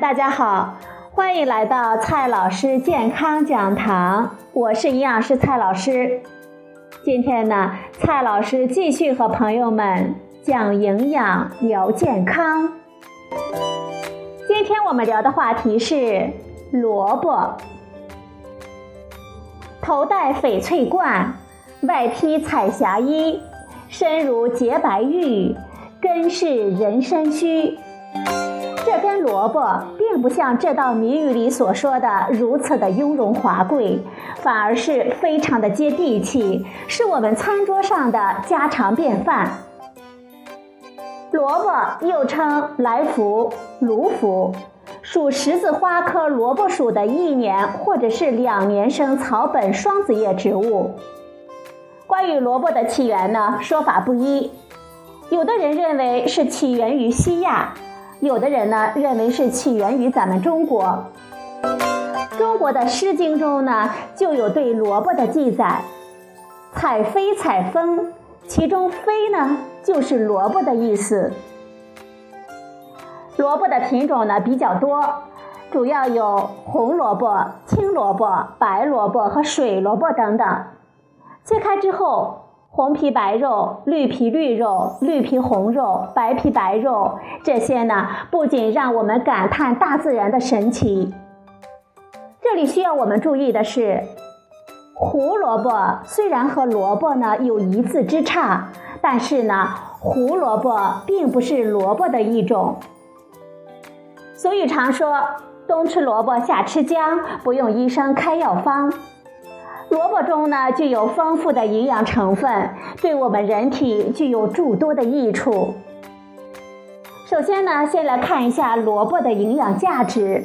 大家好，欢迎来到蔡老师健康讲堂，我是营养师蔡老师。今天呢，蔡老师继续和朋友们讲营养聊健康。今天我们聊的话题是萝卜。头戴翡翠冠，外披彩霞衣，身如洁白玉，根是人参须。这根萝卜并不像这道谜语里所说的如此的雍容华贵，反而是非常的接地气，是我们餐桌上的家常便饭。萝卜又称来福、芦菔，属十字花科萝卜属的1年或者是2年生草本双子叶植物。关于萝卜的起源呢，说法不一，有的人认为是起源于西亚，有的人呢认为是起源于咱们中国。中国的《诗经》中呢就有对萝卜的记载，采飞采风，其中飞呢就是萝卜的意思。萝卜的品种呢比较多，主要有红萝卜、青萝卜、白萝卜和水萝卜等等。切开之后，红皮白肉、绿皮绿肉、绿皮红肉、白皮白肉，这些呢不仅让我们感叹大自然的神奇。这里需要我们注意的是，胡萝卜虽然和萝卜呢有一字之差，但是呢胡萝卜并不是萝卜的一种。俗语常说，冬吃萝卜夏吃姜，不用医生开药方。萝卜中呢具有丰富的营养成分，对我们人体具有诸多的益处。首先呢，先来看一下萝卜的营养价值。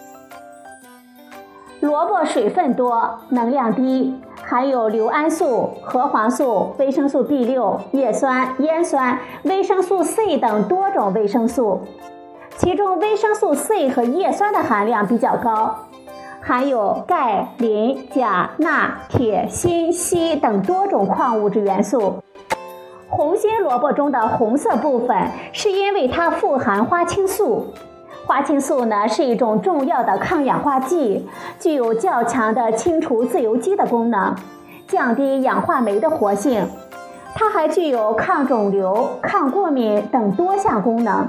萝卜水分多，能量低，含有硫胺素、核黄素、维生素 B6、叶酸、烟酸、维生素 C 等多种维生素，其中维生素 C 和叶酸的含量比较高，含有钙、磷、钾、钠、铁、锌、硒等多种矿物质元素。红心萝卜中的红色部分是因为它富含花青素，花青素呢是一种重要的抗氧化剂，具有较强的清除自由基的功能，降低氧化酶的活性。它还具有抗肿瘤、抗过敏等多项功能。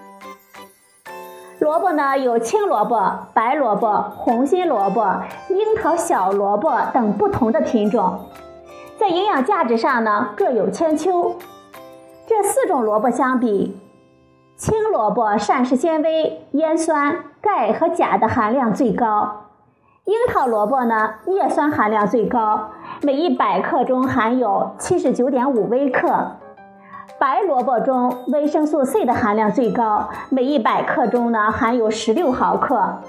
萝卜呢有青萝卜、白萝卜、红心萝卜、樱桃小萝卜等不同的品种，在营养价值上呢各有千秋。这4种萝卜相比，青萝卜膳食纤维、烟酸、钙和钾的含量最高，樱桃萝卜呢叶酸含量最高，每100克中含有 79.5 微克。白萝卜中维生素 C 的含量最高，每100克中呢含有16毫克。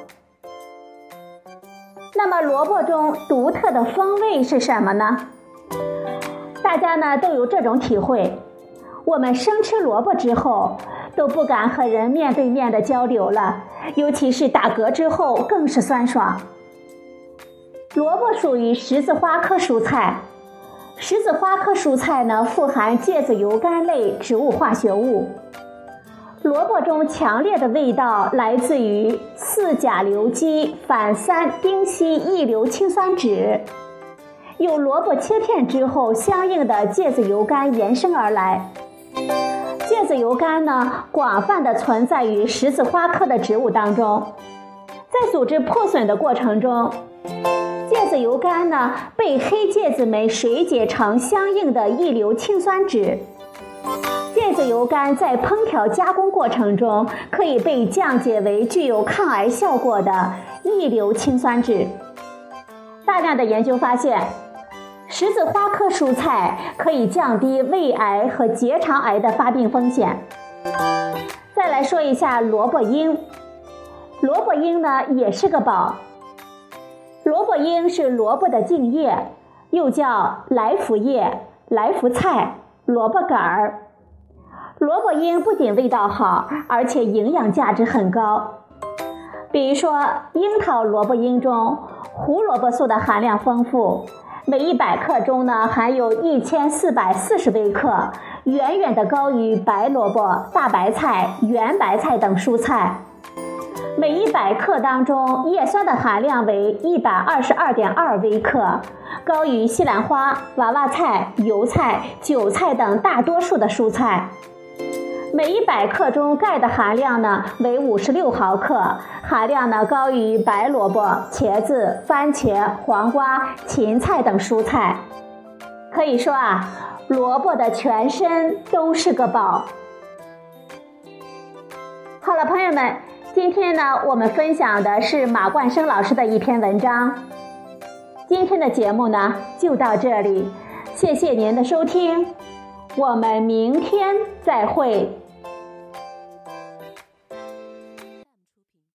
那么萝卜中独特的风味是什么呢？大家呢都有这种体会，我们生吃萝卜之后都不敢和人面对面的交流了，尤其是打嗝之后更是酸爽。萝卜属于十字花科蔬菜，十字花科蔬菜呢富含芥子油苷类植物化学物。萝卜中强烈的味道来自于4-甲硫基反3丁烯异硫氰酸酯，由萝卜切片之后相应的芥子油苷延伸而来。芥子油苷呢广泛的存在于十字花科的植物当中，在组织破损的过程中，芥子油苷呢被黑芥子酶水解成相应的异硫氰酸酯。芥子油苷在烹调加工过程中可以被降解为具有抗癌效果的异硫氰酸酯。大量的研究发现，十字花科蔬菜可以降低胃癌和结肠癌的发病风险。再来说一下萝卜缨。萝卜缨呢也是个宝。萝卜缨是萝卜的茎叶，又叫来福叶、来福菜、萝卜杆儿。萝卜缨不仅味道好，而且营养价值很高。比如说樱桃萝卜缨中胡萝卜素的含量丰富，每100克中呢含有1440微克，远远的高于白萝卜、大白菜、圆白菜等蔬菜。 每100克当中叶酸的含量为122.2微克，高于西兰花、娃娃菜、油菜、韭菜等大多数的蔬菜。每100克中钙的含量呢为56毫克，含量呢高于白萝卜、茄子、番茄、黄瓜、芹菜等蔬菜。可以说啊，萝卜的全身都是个宝。好了，朋友们，今天呢我们分享的是马冠生老师的一篇文章。今天的节目呢就到这里，谢谢您的收听，我们明天再会。